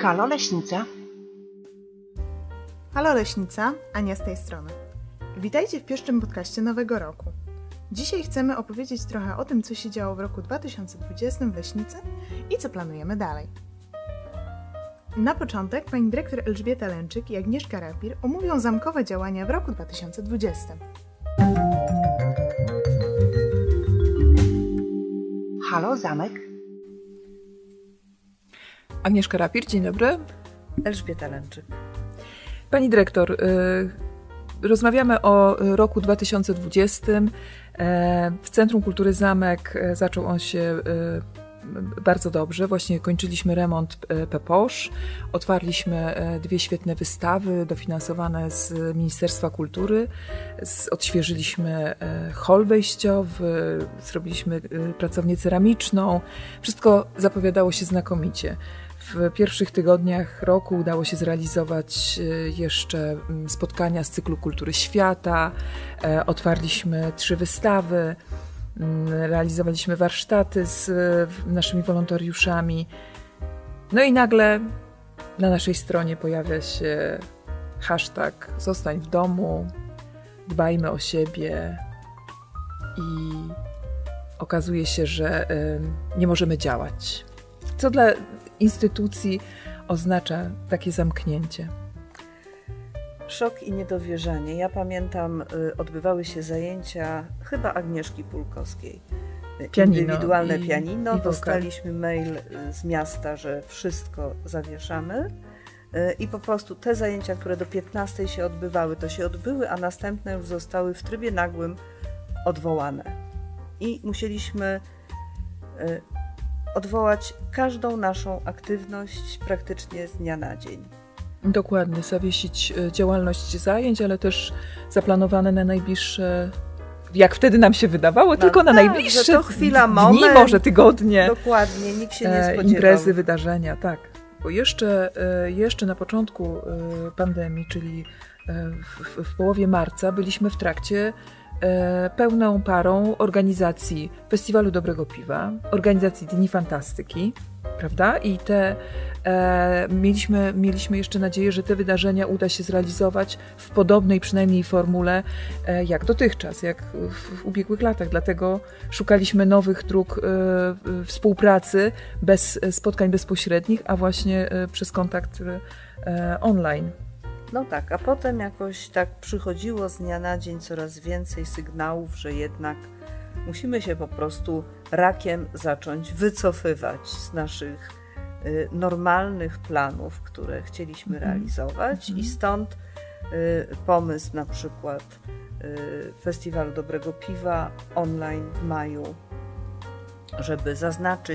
Halo Leśnica. Halo Leśnica, Ania z tej strony. Witajcie w pierwszym podcaście nowego roku. Dzisiaj chcemy opowiedzieć trochę o tym, co się działo w roku 2020 w Leśnicy i co planujemy dalej. Na początek pani dyrektor Elżbieta Lęczyk i Agnieszka Rapir omówią zamkowe działania w roku 2020. Halo Zamek. Agnieszka Rapir, dzień dobry. Elżbieta Lęczyk. Pani dyrektor, rozmawiamy o roku 2020. W Centrum Kultury Zamek zaczął on się bardzo dobrze. Właśnie kończyliśmy remont Peposz. Otwarliśmy 2 świetne wystawy dofinansowane z Ministerstwa Kultury. Odświeżyliśmy hol wejściowy, zrobiliśmy pracownię ceramiczną. Wszystko zapowiadało się znakomicie. W pierwszych tygodniach roku udało się zrealizować jeszcze spotkania z cyklu Kultury Świata. Otwarliśmy 3 wystawy. Realizowaliśmy warsztaty z naszymi wolontariuszami. No i nagle na naszej stronie pojawia się hashtag Zostań w domu, dbajmy o siebie i okazuje się, że nie możemy działać. Co dla instytucji oznacza takie zamknięcie? Szok i niedowierzanie. Ja pamiętam, odbywały się zajęcia chyba Agnieszki Pulkowskiej. Indywidualne pianino. Dostaliśmy mail z miasta, że wszystko zawieszamy. I po prostu te zajęcia, które do 15 się odbywały, to się odbyły, a następne już zostały w trybie nagłym odwołane. I musieliśmy odwołać każdą naszą aktywność praktycznie z dnia na dzień. Dokładnie, zawiesić działalność zajęć, ale też zaplanowane na najbliższe, jak wtedy nam się wydawało, tylko na najbliższe że to chwila, dni, moment, może tygodnie. Dokładnie, nikt się nie spodziewał. Imprezy, wydarzenia, tak. Bo jeszcze na początku pandemii, czyli w połowie marca, byliśmy w trakcie pełną parą organizacji Festiwalu Dobrego Piwa, organizacji Dni Fantastyki, prawda? I mieliśmy jeszcze nadzieję, że te wydarzenia uda się zrealizować w podobnej przynajmniej formule jak dotychczas, jak w ubiegłych latach. Dlatego szukaliśmy nowych dróg współpracy bez spotkań bezpośrednich, a właśnie przez kontakt online. No tak, a potem jakoś tak przychodziło z dnia na dzień coraz więcej sygnałów, że jednak musimy się po prostu rakiem zacząć wycofywać z naszych normalnych planów, które chcieliśmy realizować i stąd pomysł na przykład Festiwalu Dobrego Piwa online w maju, żeby zaznaczyć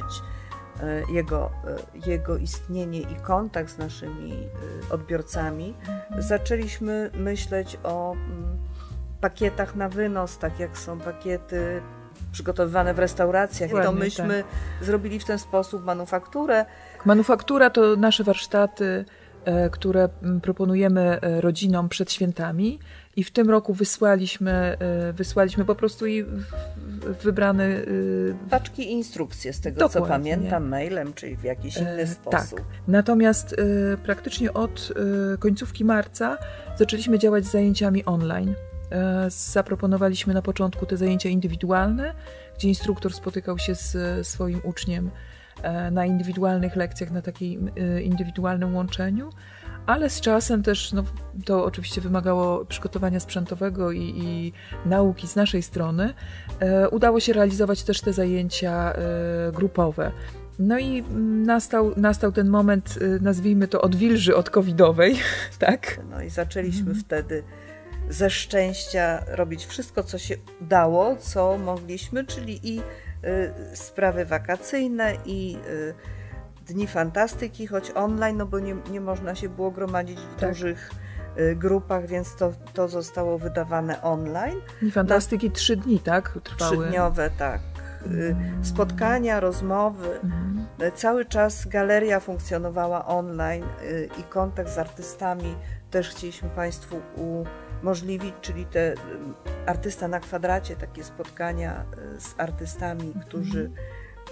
jego istnienie i kontakt z naszymi odbiorcami. Zaczęliśmy myśleć o pakietach na wynos, tak jak są pakiety przygotowywane w restauracjach. Ładnie, i to myśmy zrobili w ten sposób manufakturę. Manufaktura to nasze warsztaty, które proponujemy rodzinom przed świętami i w tym roku wysłaliśmy po prostu wybrane paczki i instrukcje z tego, co pamiętam, mailem, czyli w jakiś inny sposób. Tak. Natomiast praktycznie od końcówki marca zaczęliśmy działać z zajęciami online. Zaproponowaliśmy na początku te zajęcia indywidualne, gdzie instruktor spotykał się z swoim uczniem na indywidualnych lekcjach, na takim indywidualnym łączeniu, ale z czasem też to oczywiście wymagało przygotowania sprzętowego i nauki z naszej strony. Udało się realizować też te zajęcia grupowe. No i nastał ten moment, nazwijmy to odwilży od covidowej, tak? No i zaczęliśmy wtedy ze szczęścia robić wszystko, co się dało, co mogliśmy, czyli i sprawy wakacyjne i Dni Fantastyki, choć online, no bo nie można się było gromadzić w dużych grupach, więc to zostało wydawane online. Dni Fantastyki 3 dni, tak? Trwały. 3-dniowe, tak. Spotkania, rozmowy. Cały czas galeria funkcjonowała online i kontakt z artystami też chcieliśmy Państwu umożliwić, czyli te Artysta na kwadracie, takie spotkania z artystami, którzy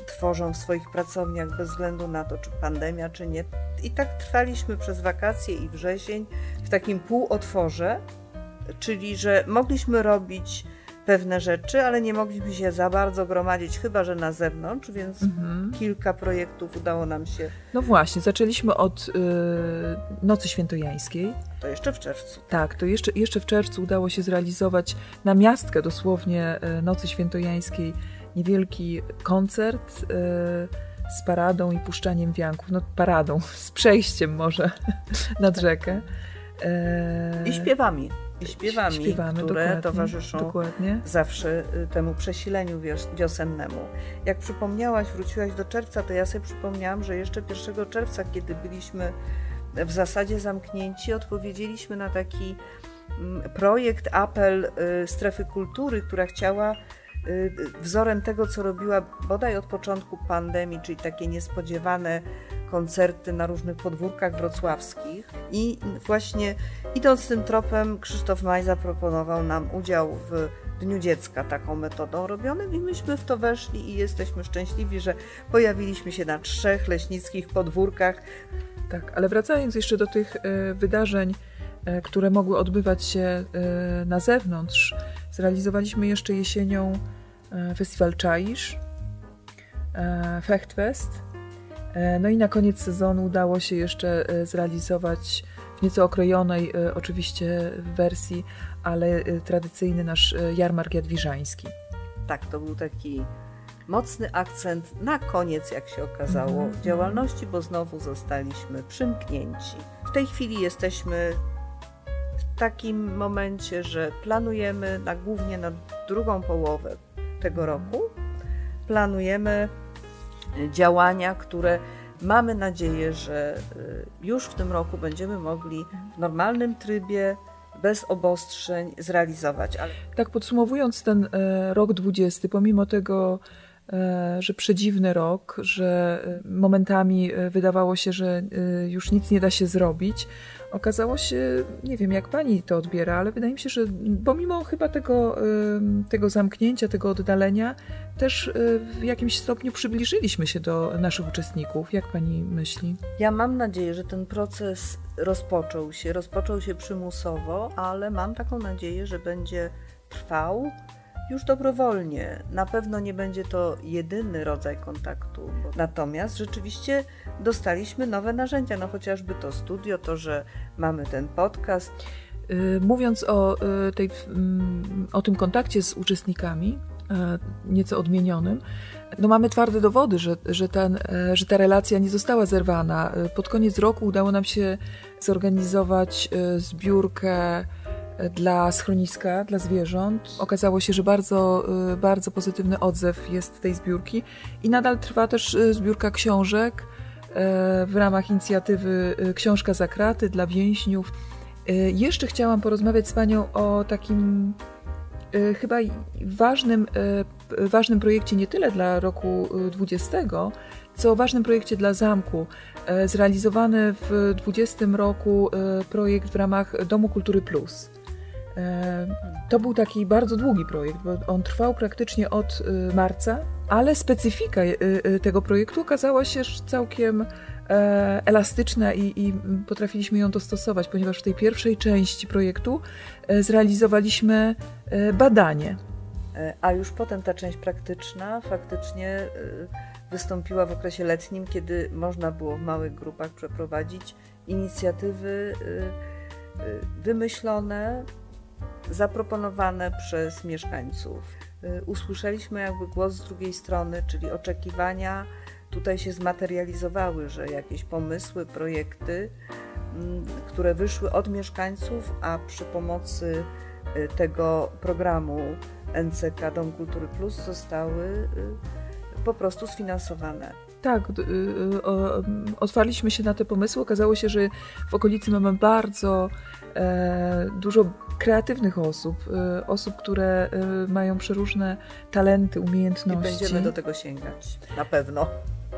tworzą w swoich pracowniach bez względu na to, czy pandemia, czy nie. I tak trwaliśmy przez wakacje i wrzesień w takim półotworze, czyli że mogliśmy robić pewne rzeczy, ale nie mogliśmy się za bardzo gromadzić, chyba że na zewnątrz, więc kilka projektów udało nam się. No właśnie, zaczęliśmy od Nocy Świętojańskiej. To jeszcze w czerwcu. Tak, to jeszcze w czerwcu udało się zrealizować na miastkę dosłownie Nocy Świętojańskiej niewielki koncert z paradą i puszczaniem wianków. No paradą, z przejściem może nad rzekę. I śpiewami. Które dokładnie, towarzyszą zawsze temu przesileniu wiosennemu. Jak przypomniałaś, wróciłaś do czerwca, to ja sobie przypomniałam, że jeszcze 1 czerwca, kiedy byliśmy w zasadzie zamknięci, odpowiedzieliśmy na taki projekt, apel Strefy Kultury, która chciała wzorem tego, co robiła bodaj od początku pandemii, czyli takie niespodziewane koncerty na różnych podwórkach wrocławskich. I właśnie idąc tym tropem, Krzysztof Maj zaproponował nam udział w Dniu Dziecka taką metodą robionym i myśmy w to weszli i jesteśmy szczęśliwi, że pojawiliśmy się na 3 leśnickich podwórkach. Tak, ale wracając jeszcze do tych wydarzeń, które mogły odbywać się na zewnątrz, zrealizowaliśmy jeszcze jesienią festiwal Czaisz, Fechtfest. No i na koniec sezonu udało się jeszcze zrealizować w nieco okrojonej oczywiście wersji, ale tradycyjny nasz jarmark jadwiżański. Tak, to był taki mocny akcent na koniec, jak się okazało, działalności, bo znowu zostaliśmy przymknięci. W tej chwili jesteśmy w takim momencie, że planujemy głównie na drugą połowę tego roku, planujemy działania, które mamy nadzieję, że już w tym roku będziemy mogli w normalnym trybie, bez obostrzeń zrealizować. Tak podsumowując ten rok 20, pomimo tego, że przedziwny rok, że momentami wydawało się, że już nic nie da się zrobić, okazało się, nie wiem jak pani to odbiera, ale wydaje mi się, że pomimo chyba tego zamknięcia, tego oddalenia, też w jakimś stopniu przybliżyliśmy się do naszych uczestników. Jak pani myśli? Ja mam nadzieję, że ten proces rozpoczął się przymusowo, ale mam taką nadzieję, że będzie trwał już dobrowolnie. Na pewno nie będzie to jedyny rodzaj kontaktu. Natomiast rzeczywiście dostaliśmy nowe narzędzia, chociażby to studio, to, że mamy ten podcast. Mówiąc o tym kontakcie z uczestnikami, nieco odmienionym, no mamy twarde dowody, że ta relacja nie została zerwana. Pod koniec roku udało nam się zorganizować zbiórkę dla schroniska, dla zwierząt. Okazało się, że bardzo, bardzo pozytywny odzew jest tej zbiórki i nadal trwa też zbiórka książek w ramach inicjatywy Książka za kraty dla więźniów. Jeszcze chciałam porozmawiać z panią o takim chyba ważnym projekcie nie tyle dla roku 20, co ważnym projekcie dla zamku. Zrealizowany w 20 roku projekt w ramach Domu Kultury Plus. To był taki bardzo długi projekt, bo on trwał praktycznie od marca, ale specyfika tego projektu okazała się całkiem elastyczna i potrafiliśmy ją dostosować, ponieważ w tej pierwszej części projektu zrealizowaliśmy badanie. A już potem ta część praktyczna faktycznie wystąpiła w okresie letnim, kiedy można było w małych grupach przeprowadzić inicjatywy wymyślone, zaproponowane przez mieszkańców. Usłyszeliśmy jakby głos z drugiej strony, czyli oczekiwania tutaj się zmaterializowały, że jakieś pomysły, projekty, które wyszły od mieszkańców, a przy pomocy tego programu NCK Dom Kultury Plus zostały po prostu sfinansowane. Tak, otwarliśmy się na te pomysły. Okazało się, że w okolicy mamy bardzo dużo kreatywnych osób, które mają przeróżne talenty, umiejętności. I będziemy do tego sięgać, na pewno.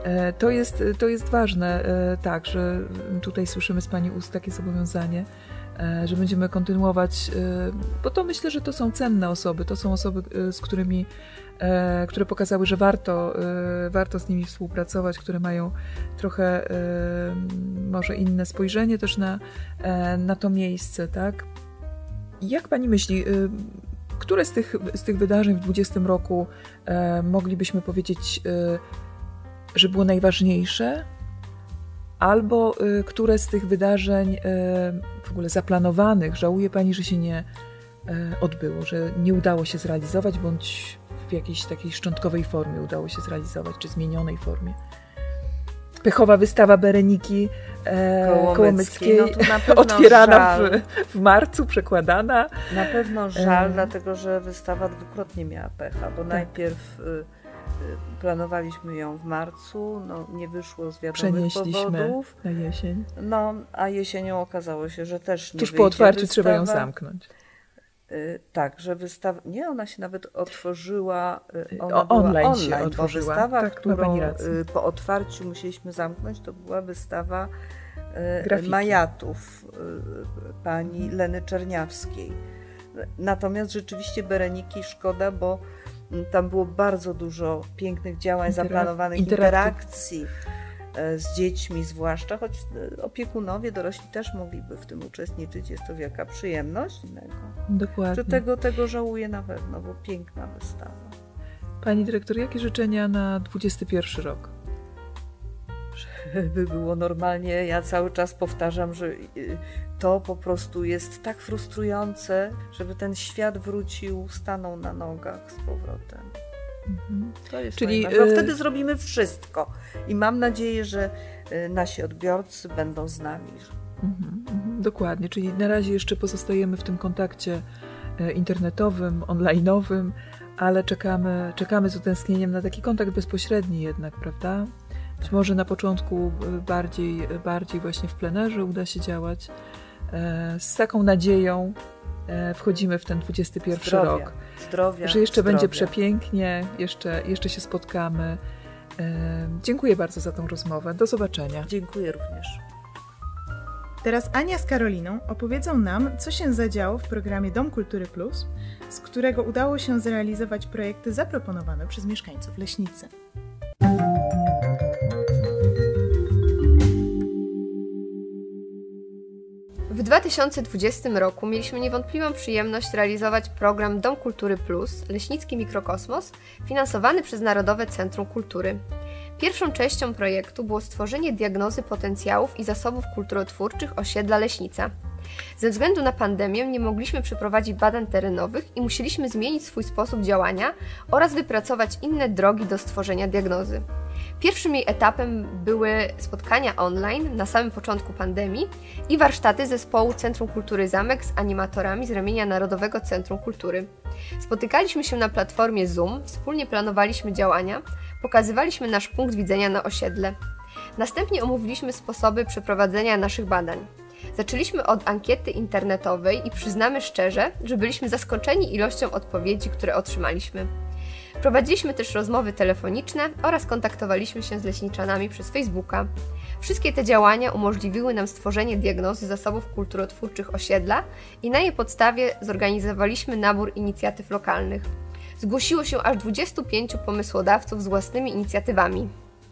To jest ważne, tak, że tutaj słyszymy z pani ust takie zobowiązanie, że będziemy kontynuować, bo to myślę, że to są cenne osoby, to są osoby, z którymi, które pokazały, że warto z nimi współpracować, które mają trochę może inne spojrzenie też na to miejsce, tak? Jak pani myśli, które z tych wydarzeń w 2020 roku moglibyśmy powiedzieć, że było najważniejsze? Albo które z tych wydarzeń w ogóle zaplanowanych żałuje pani, że się nie odbyło, że nie udało się zrealizować, bądź w jakiejś takiej szczątkowej formie udało się zrealizować, czy zmienionej formie? Pechowa wystawa Bereniki Kołomyckiej, no to na pewno otwierana w marcu, przekładana. Na pewno żal, dlatego że wystawa dwukrotnie miała pecha, bo najpierw planowaliśmy ją w marcu, no nie wyszło z wiadomych powodów. Na jesień. No, a jesienią okazało się, że też nie tuż wyjdzie po otwarciu wystawa. trzeba ją zamknąć. Tak, że wystawa... Nie, ona się nawet otworzyła... Online była się otworzyła. Bo wystawa, tak, którą po otwarciu musieliśmy zamknąć, to była wystawa grafiki. Majatów pani Leny Czerniawskiej. Natomiast rzeczywiście Bereniki szkoda, bo tam było bardzo dużo pięknych działań, zaplanowanych interakcji z dziećmi zwłaszcza, choć opiekunowie, dorośli też mogliby w tym uczestniczyć. Jest to wielka przyjemność innego. Dokładnie. Że tego żałuję na pewno, bo piękna wystawa. Pani dyrektor, jakie życzenia na 2021 rok? Żeby było normalnie, ja cały czas powtarzam, że to po prostu jest tak frustrujące, żeby ten świat wrócił, stanął na nogach z powrotem. To jest najważniejsze. Wtedy zrobimy wszystko i mam nadzieję, że nasi odbiorcy będą z nami. Dokładnie, czyli na razie jeszcze pozostajemy w tym kontakcie internetowym, online'owym, ale czekamy z utęsknieniem na taki kontakt bezpośredni jednak, prawda? Być może na początku bardziej właśnie w plenerze uda się działać. Z taką nadzieją wchodzimy w ten 2021 rok. Że jeszcze będzie przepięknie, jeszcze się spotkamy. Dziękuję bardzo za tą rozmowę. Do zobaczenia. Dziękuję również. Teraz Ania z Karoliną opowiedzą nam, co się zadziało w programie Dom Kultury Plus, z którego udało się zrealizować projekty zaproponowane przez mieszkańców Leśnicy. W 2020 roku mieliśmy niewątpliwą przyjemność realizować program Dom Kultury Plus, Leśnicki Mikrokosmos, finansowany przez Narodowe Centrum Kultury. Pierwszą częścią projektu było stworzenie diagnozy potencjałów i zasobów kulturotwórczych osiedla Leśnica. Ze względu na pandemię nie mogliśmy przeprowadzić badań terenowych i musieliśmy zmienić swój sposób działania oraz wypracować inne drogi do stworzenia diagnozy. Pierwszym jej etapem były spotkania online na samym początku pandemii i warsztaty zespołu Centrum Kultury Zamek z animatorami z ramienia Narodowego Centrum Kultury. Spotykaliśmy się na platformie Zoom, wspólnie planowaliśmy działania, pokazywaliśmy nasz punkt widzenia na osiedle. Następnie omówiliśmy sposoby przeprowadzenia naszych badań. Zaczęliśmy od ankiety internetowej i przyznamy szczerze, że byliśmy zaskoczeni ilością odpowiedzi, które otrzymaliśmy. Prowadziliśmy też rozmowy telefoniczne oraz kontaktowaliśmy się z leśniczanami przez Facebooka. Wszystkie te działania umożliwiły nam stworzenie diagnozy zasobów kulturotwórczych osiedla i na jej podstawie zorganizowaliśmy nabór inicjatyw lokalnych. Zgłosiło się aż 25 pomysłodawców z własnymi inicjatywami.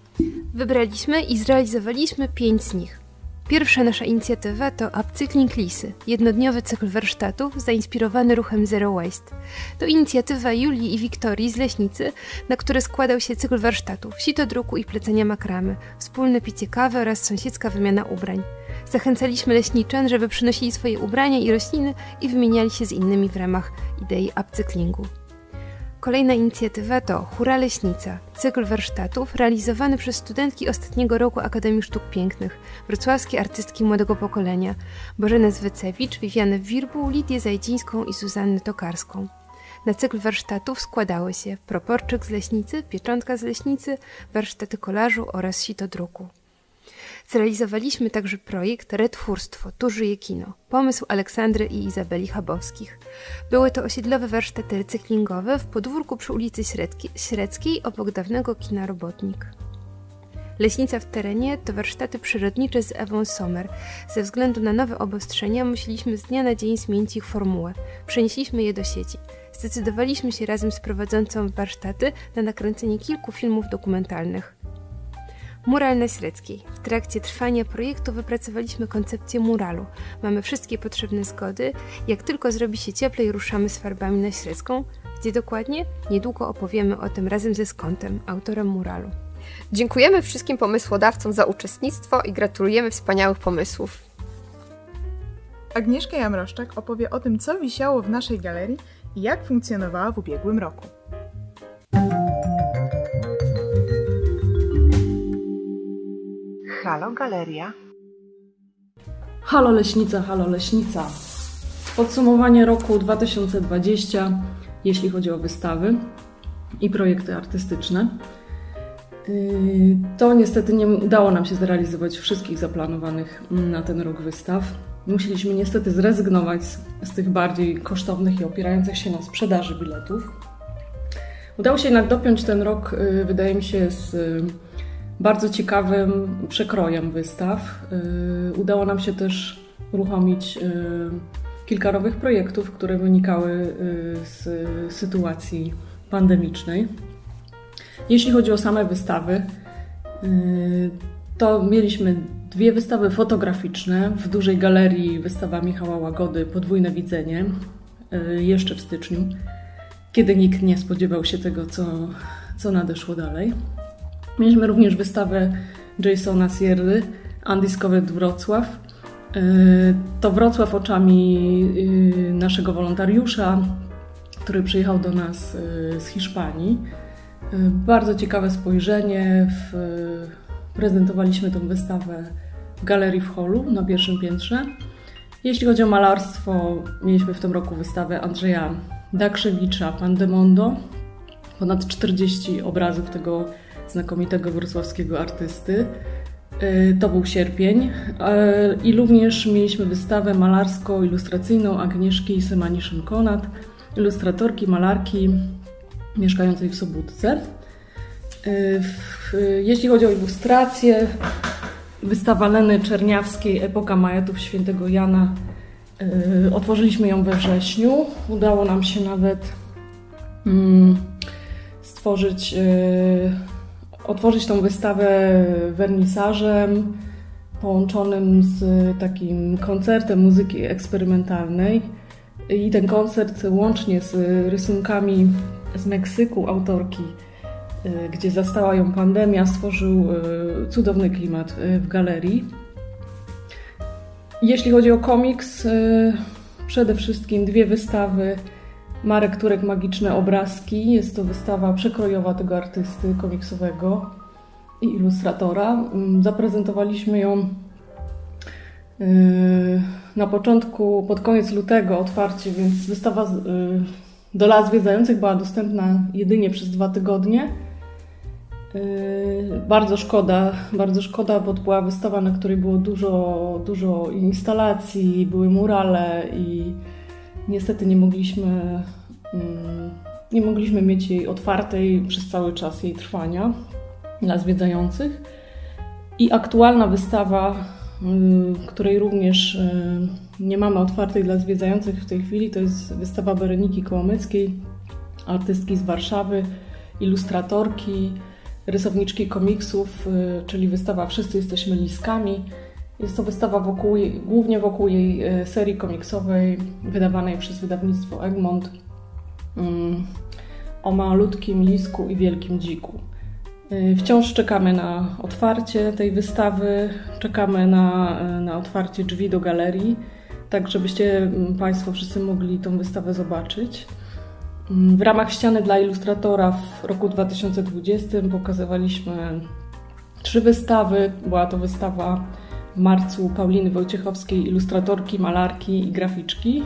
Wybraliśmy i zrealizowaliśmy 5 z nich. Pierwsza nasza inicjatywa to Upcykling Lisy, jednodniowy cykl warsztatów zainspirowany ruchem Zero Waste. To inicjatywa Julii i Wiktorii z Leśnicy, na które składał się cykl warsztatów, sitodruku i plecenia makramy, wspólne picie kawy oraz sąsiedzka wymiana ubrań. Zachęcaliśmy leśniczan, żeby przynosili swoje ubrania i rośliny i wymieniali się z innymi w ramach idei upcyklingu. Kolejna inicjatywa to Hura Leśnica, cykl warsztatów realizowany przez studentki ostatniego roku Akademii Sztuk Pięknych, wrocławskie artystki młodego pokolenia, Bożenę Zwycewicz, Wiwianę Wirbu, Lidię Zajdzińską i Zuzannę Tokarską. Na cykl warsztatów składały się proporczyk z Leśnicy, pieczątka z Leśnicy, warsztaty kolażu oraz sitodruku. Zrealizowaliśmy także projekt Retwórstwo, tu żyje kino, pomysł Aleksandry i Izabeli Chabowskich. Były to osiedlowe warsztaty recyklingowe w podwórku przy ulicy Średzkiej obok dawnego kina Robotnik. Leśnica w terenie to warsztaty przyrodnicze z Ewą Sommer. Ze względu na nowe obostrzenia musieliśmy z dnia na dzień zmienić ich formułę. Przenieśliśmy je do sieci. Zdecydowaliśmy się razem z prowadzącą warsztaty na nakręcenie kilku filmów dokumentalnych. Mural na Średzkiej. W trakcie trwania projektu wypracowaliśmy koncepcję muralu. Mamy wszystkie potrzebne zgody. Jak tylko zrobi się cieplej, ruszamy z farbami na Średzką. Gdzie dokładnie? Niedługo opowiemy o tym razem ze Skątem, autorem muralu. Dziękujemy wszystkim pomysłodawcom za uczestnictwo i gratulujemy wspaniałych pomysłów. Agnieszka Jamroszczak opowie o tym, co wisiało w naszej galerii i jak funkcjonowała w ubiegłym roku. Halo Galeria. Halo Leśnica, halo Leśnica. Podsumowanie roku 2020, jeśli chodzi o wystawy i projekty artystyczne. To niestety nie udało nam się zrealizować wszystkich zaplanowanych na ten rok wystaw. Musieliśmy niestety zrezygnować z tych bardziej kosztownych i opierających się na sprzedaży biletów. Udało się jednak dopiąć ten rok, wydaje mi się, z bardzo ciekawym przekrojem wystaw. Udało nam się też uruchomić kilka nowych projektów, które wynikały z sytuacji pandemicznej. Jeśli chodzi o same wystawy, to mieliśmy 2 wystawy fotograficzne w dużej galerii wystawa Michała Łagody Podwójne Widzenie jeszcze w styczniu, kiedy nikt nie spodziewał się tego, co nadeszło dalej. Mieliśmy również wystawę Jasona Sierry Undiscovered Wrocław. To Wrocław oczami naszego wolontariusza, który przyjechał do nas z Hiszpanii. Bardzo ciekawe spojrzenie. Prezentowaliśmy tę wystawę w galerii w holu na pierwszym piętrze. Jeśli chodzi o malarstwo, mieliśmy w tym roku wystawę Andrzeja Dakrzewicza Pandemondo. Ponad 40 obrazów tego znakomitego wrocławskiego artysty. To był sierpień. I również mieliśmy wystawę malarsko-ilustracyjną Agnieszki Semaniszyn-Konat, ilustratorki, malarki mieszkającej w Sobótce. Jeśli chodzi o ilustrację, wystawa Leny Czerniawskiej Epoka Majetów Świętego Jana. Otworzyliśmy ją we wrześniu. Udało nam się nawet otworzyć tą wystawę wernisażem połączonym z takim koncertem muzyki eksperymentalnej. I ten koncert łącznie z rysunkami z Meksyku autorki, gdzie zastała ją pandemia, stworzył cudowny klimat w galerii. Jeśli chodzi o komiks, przede wszystkim 2 wystawy Marek Turek Magiczne Obrazki. Jest to wystawa przekrojowa tego artysty komiksowego i ilustratora. Zaprezentowaliśmy ją na początku, pod koniec lutego otwarcie, więc wystawa dla zwiedzających była dostępna jedynie przez 2 tygodnie. Bardzo szkoda, bo to była wystawa, na której było dużo instalacji, były murale i niestety nie mogliśmy mieć jej otwartej przez cały czas jej trwania dla zwiedzających. I aktualna wystawa, której również nie mamy otwartej dla zwiedzających w tej chwili, to jest wystawa Bereniki Kołomyckiej, artystki z Warszawy, ilustratorki, rysowniczki komiksów, czyli wystawa Wszyscy jesteśmy liskami. Jest to wystawa głównie wokół jej serii komiksowej wydawanej przez wydawnictwo Egmont o malutkim lisku i wielkim dziku. Wciąż czekamy na otwarcie tej wystawy, czekamy na otwarcie drzwi do galerii, tak żebyście Państwo wszyscy mogli tą wystawę zobaczyć. W ramach Ściany dla ilustratora w roku 2020 pokazywaliśmy 3 wystawy. Była to wystawa w marcu Pauliny Wojciechowskiej, ilustratorki, malarki i graficzki.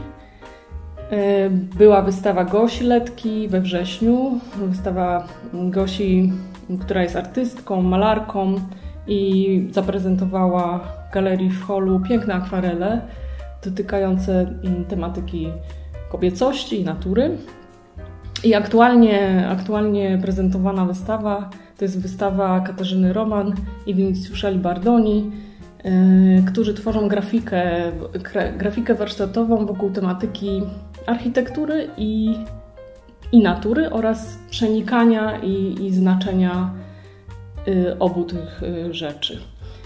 Była wystawa Gosi Letki we wrześniu. Wystawa Gosi, która jest artystką, malarką i zaprezentowała w galerii w holu piękne akwarele dotykające tematyki kobiecości i natury. I aktualnie prezentowana wystawa To jest wystawa Katarzyny Roman i Vinicjusza Libardoni, którzy tworzą grafikę warsztatową wokół tematyki architektury i natury oraz przenikania i znaczenia obu tych rzeczy.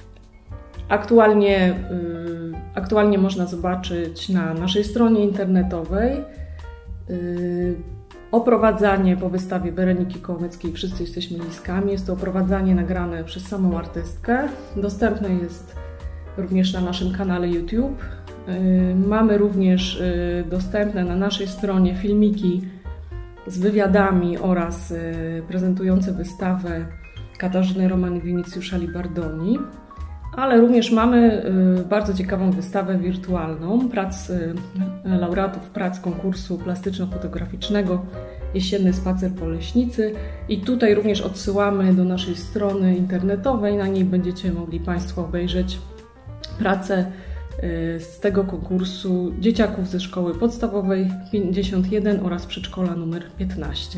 Aktualnie można zobaczyć na naszej stronie internetowej oprowadzanie po wystawie Bereniki Kołomyckiej Wszyscy jesteśmy liskami. Jest to oprowadzanie nagrane przez samą artystkę. Dostępne jest również na naszym kanale YouTube. Mamy również dostępne na naszej stronie filmiki z wywiadami oraz prezentujące wystawę Katarzyny Roman i Vinicjusza Libardoni. Ale również mamy bardzo ciekawą wystawę wirtualną prac laureatów prac konkursu plastyczno-fotograficznego Jesienny spacer po Leśnicy i tutaj również odsyłamy do naszej strony internetowej, na niej będziecie mogli Państwo obejrzeć pracę z tego konkursu dzieciaków ze szkoły podstawowej 51 oraz przedszkola numer 15.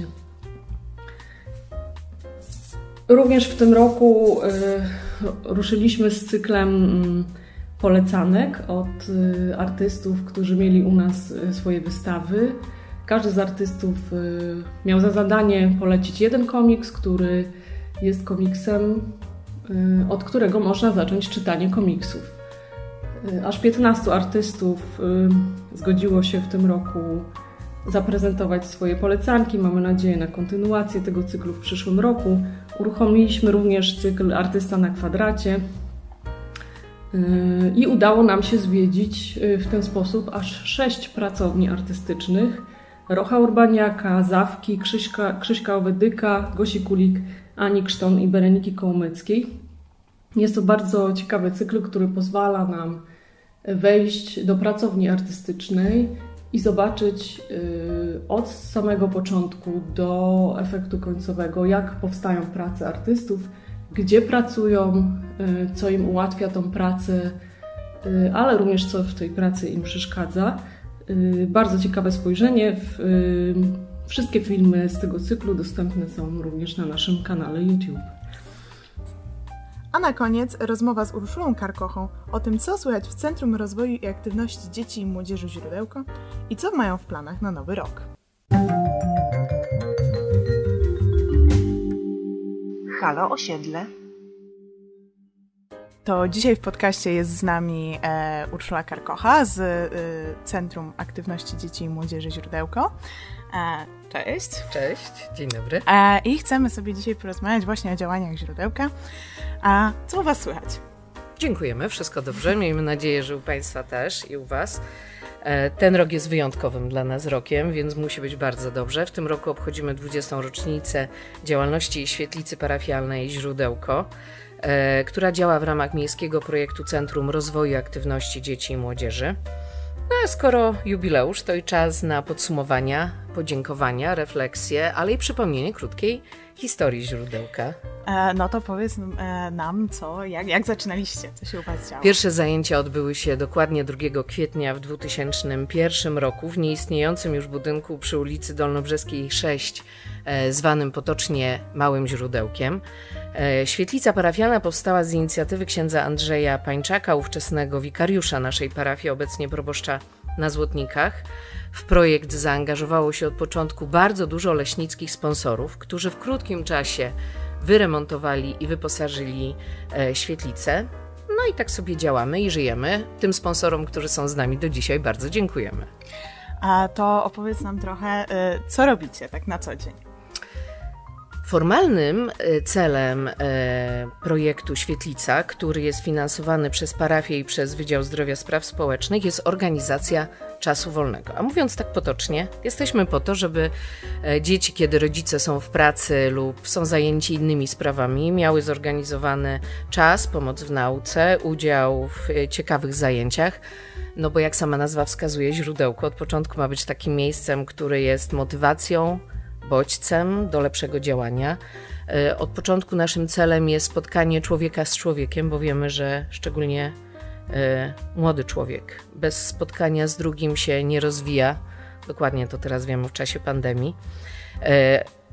Również w tym roku ruszyliśmy z cyklem polecanek od artystów, którzy mieli u nas swoje wystawy. Każdy z artystów miał za zadanie polecić jeden komiks, który jest komiksem, od którego można zacząć czytanie komiksów. Aż 15 artystów zgodziło się w tym roku zaprezentować swoje polecanki. Mamy nadzieję na kontynuację tego cyklu w przyszłym roku. Uruchomiliśmy również cykl Artysta na kwadracie i udało nam się zwiedzić w ten sposób aż 6 pracowni artystycznych. Rocha Urbaniaka, Zawki, Krzyśka Owedyka, Gosi Kulik, Ani Krzton i Bereniki Kołomyckiej. Jest to bardzo ciekawy cykl, który pozwala nam wejść do pracowni artystycznej i zobaczyć od samego początku do efektu końcowego, jak powstają prace artystów, gdzie pracują, co im ułatwia tą pracę, ale również co w tej pracy im przeszkadza. Bardzo ciekawe spojrzenie. Wszystkie filmy z tego cyklu dostępne są również na naszym kanale YouTube. A na koniec rozmowa z Urszulą Karkochą o tym, co słychać w Centrum Rozwoju i Aktywności Dzieci i Młodzieży Źródełko i co mają w planach na nowy rok. Halo Osiedle. To dzisiaj w podcaście jest z nami Urszula Karkocha z Centrum Aktywności Dzieci i Młodzieży Źródełko. Cześć. Cześć, dzień dobry. I chcemy sobie dzisiaj porozmawiać właśnie o działaniach Źródełka. A co u Was słychać? Dziękujemy, wszystko dobrze. Miejmy nadzieję, że u Państwa też i u Was. Ten rok jest wyjątkowym dla nas rokiem, więc musi być bardzo dobrze. W tym roku obchodzimy 20. rocznicę działalności Świetlicy Parafialnej Źródełko, która działa w ramach miejskiego projektu Centrum Rozwoju i Aktywności Dzieci i Młodzieży. No a skoro jubileusz, to i czas na podsumowania, podziękowania, refleksje, ale i przypomnienie krótkiej historii Źródełka. No to powiedz nam, jak zaczynaliście, co się u Was działo? Pierwsze zajęcia odbyły się dokładnie 2 kwietnia w 2001 roku w nieistniejącym już budynku przy ulicy Dolnobrzeskiej 6, zwanym potocznie Małym Źródełkiem. Świetlica parafialna powstała z inicjatywy księdza Andrzeja Pańczaka, ówczesnego wikariusza naszej parafii, obecnie proboszcza na Złotnikach. W projekt zaangażowało się od początku bardzo dużo leśnickich sponsorów, którzy w krótkim czasie wyremontowali i wyposażyli świetlicę. No i tak sobie działamy i żyjemy. Tym sponsorom, którzy są z nami do dzisiaj, bardzo dziękujemy. A to opowiedz nam trochę, co robicie tak na co dzień? Formalnym celem projektu Świetlica, który jest finansowany przez parafię i przez Wydział Zdrowia Spraw Społecznych, jest organizacja czasu wolnego. A mówiąc tak potocznie, jesteśmy po to, żeby dzieci, kiedy rodzice są w pracy lub są zajęci innymi sprawami, miały zorganizowany czas, pomoc w nauce, udział w ciekawych zajęciach. No bo jak sama nazwa wskazuje, Źródełko od początku ma być takim miejscem, które jest motywacją, bodźcem do lepszego działania. Od początku naszym celem jest spotkanie człowieka z człowiekiem, bo wiemy, że szczególnie młody człowiek bez spotkania z drugim się nie rozwija. Dokładnie to teraz wiemy w czasie pandemii.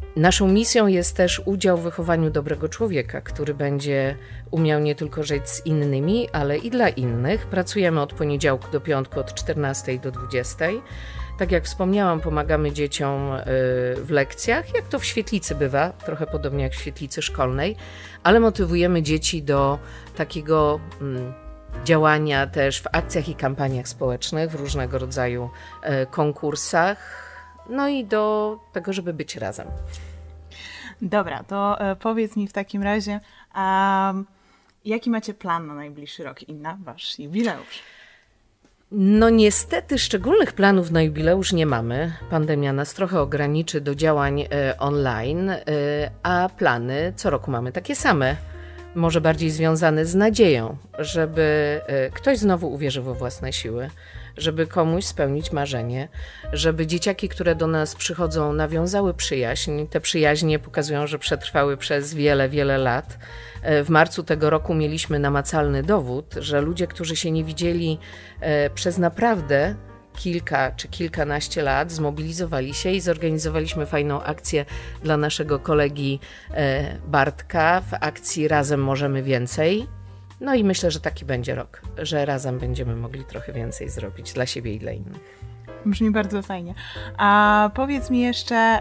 Naszą misją jest też udział w wychowaniu dobrego człowieka, który będzie umiał nie tylko żyć z innymi, ale i dla innych. Pracujemy od poniedziałku do piątku od 14 do 20. Tak jak wspomniałam, pomagamy dzieciom w lekcjach, jak to w świetlicy bywa, trochę podobnie jak w świetlicy szkolnej, ale motywujemy dzieci do takiego działania też w akcjach i kampaniach społecznych, w różnego rodzaju konkursach, no i do tego, żeby być razem. Dobra, to powiedz mi w takim razie, jaki macie plan na najbliższy rok i na wasz jubileusz? No niestety szczególnych planów na jubileusz nie mamy. Pandemia nas trochę ograniczy do działań online, a plany co roku mamy takie same. Może bardziej związane z nadzieją, żeby ktoś znowu uwierzył we własne siły, żeby komuś spełnić marzenie, żeby dzieciaki, które do nas przychodzą, nawiązały przyjaźń. Te przyjaźnie pokazują, że przetrwały przez wiele, wiele lat. W marcu tego roku mieliśmy namacalny dowód, że ludzie, którzy się nie widzieli przez naprawdę kilka czy kilkanaście lat, zmobilizowali się i zorganizowaliśmy fajną akcję dla naszego kolegi Bartka w akcji Razem Możemy Więcej. No i myślę, że taki będzie rok, że razem będziemy mogli trochę więcej zrobić dla siebie i dla innych. Brzmi bardzo fajnie. A powiedz mi jeszcze,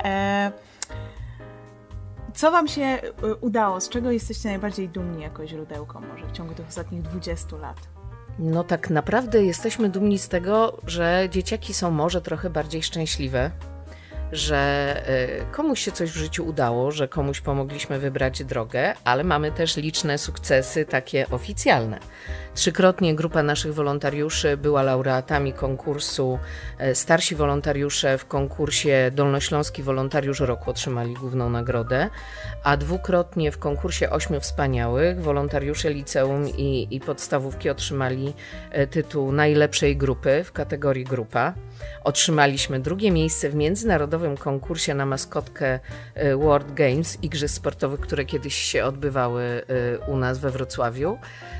co wam się udało, z czego jesteście najbardziej dumni jako źródełko może w ciągu tych ostatnich 20 lat? No tak naprawdę jesteśmy dumni z tego, że dzieciaki są może trochę bardziej szczęśliwe, że komuś się coś w życiu udało, że komuś pomogliśmy wybrać drogę, ale mamy też liczne sukcesy takie oficjalne. 3-krotnie grupa naszych wolontariuszy była laureatami konkursu. Starsi wolontariusze w konkursie Dolnośląski Wolontariusz Roku otrzymali główną nagrodę, a 2-krotnie w konkursie 8 wspaniałych wolontariusze liceum i podstawówki otrzymali tytuł najlepszej grupy w kategorii grupa. Otrzymaliśmy 2. miejsce w międzynarodowym konkursie na maskotkę World Games, igrzysk sportowych, które kiedyś się odbywały u nas we Wrocławiu.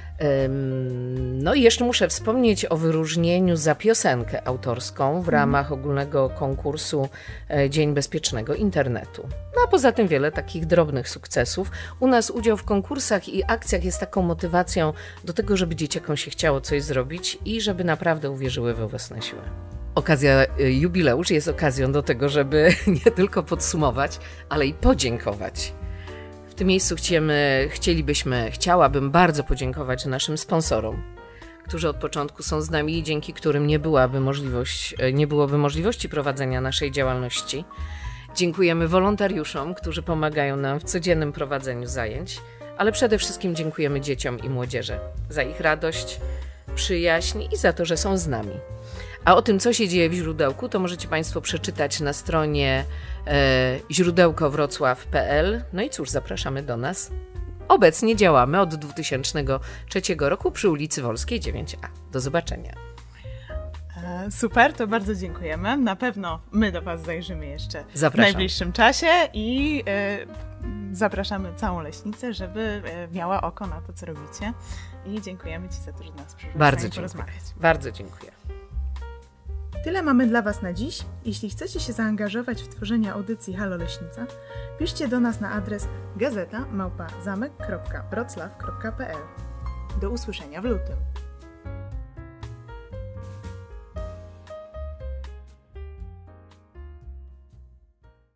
No i jeszcze muszę wspomnieć o wyróżnieniu za piosenkę autorską w ramach ogólnego konkursu Dzień Bezpiecznego Internetu. No a poza tym wiele takich drobnych sukcesów. U nas udział w konkursach i akcjach jest taką motywacją do tego, żeby dzieciakom się chciało coś zrobić i żeby naprawdę uwierzyły we własne siły. Okazja jubileusz jest okazją do tego, żeby nie tylko podsumować, ale i podziękować. W tym miejscu chciałabym bardzo podziękować naszym sponsorom, którzy od początku są z nami i dzięki którym nie byłoby możliwości prowadzenia naszej działalności. Dziękujemy wolontariuszom, którzy pomagają nam w codziennym prowadzeniu zajęć, ale przede wszystkim dziękujemy dzieciom i młodzieży za ich radość, przyjaźń i za to, że są z nami. A o tym, co się dzieje w Źródełku, to możecie Państwo przeczytać na stronie źródełkowrocław.pl. No i cóż, zapraszamy do nas. Obecnie działamy od 2003 roku przy ulicy Wolskiej 9A. Do zobaczenia. Super, to bardzo dziękujemy. Na pewno my do Was zajrzymy jeszcze w najbliższym czasie i zapraszamy całą Leśnicę, żeby miała oko na to, co robicie. I dziękujemy Ci za to, że nas przyszłaś Bardzo porozmawiać. Bardzo dziękuję. Tyle mamy dla Was na dziś. Jeśli chcecie się zaangażować w tworzenie audycji Halo Leśnica, piszcie do nas na adres gazeta@zamek.wroclaw.pl. Do usłyszenia w lutym.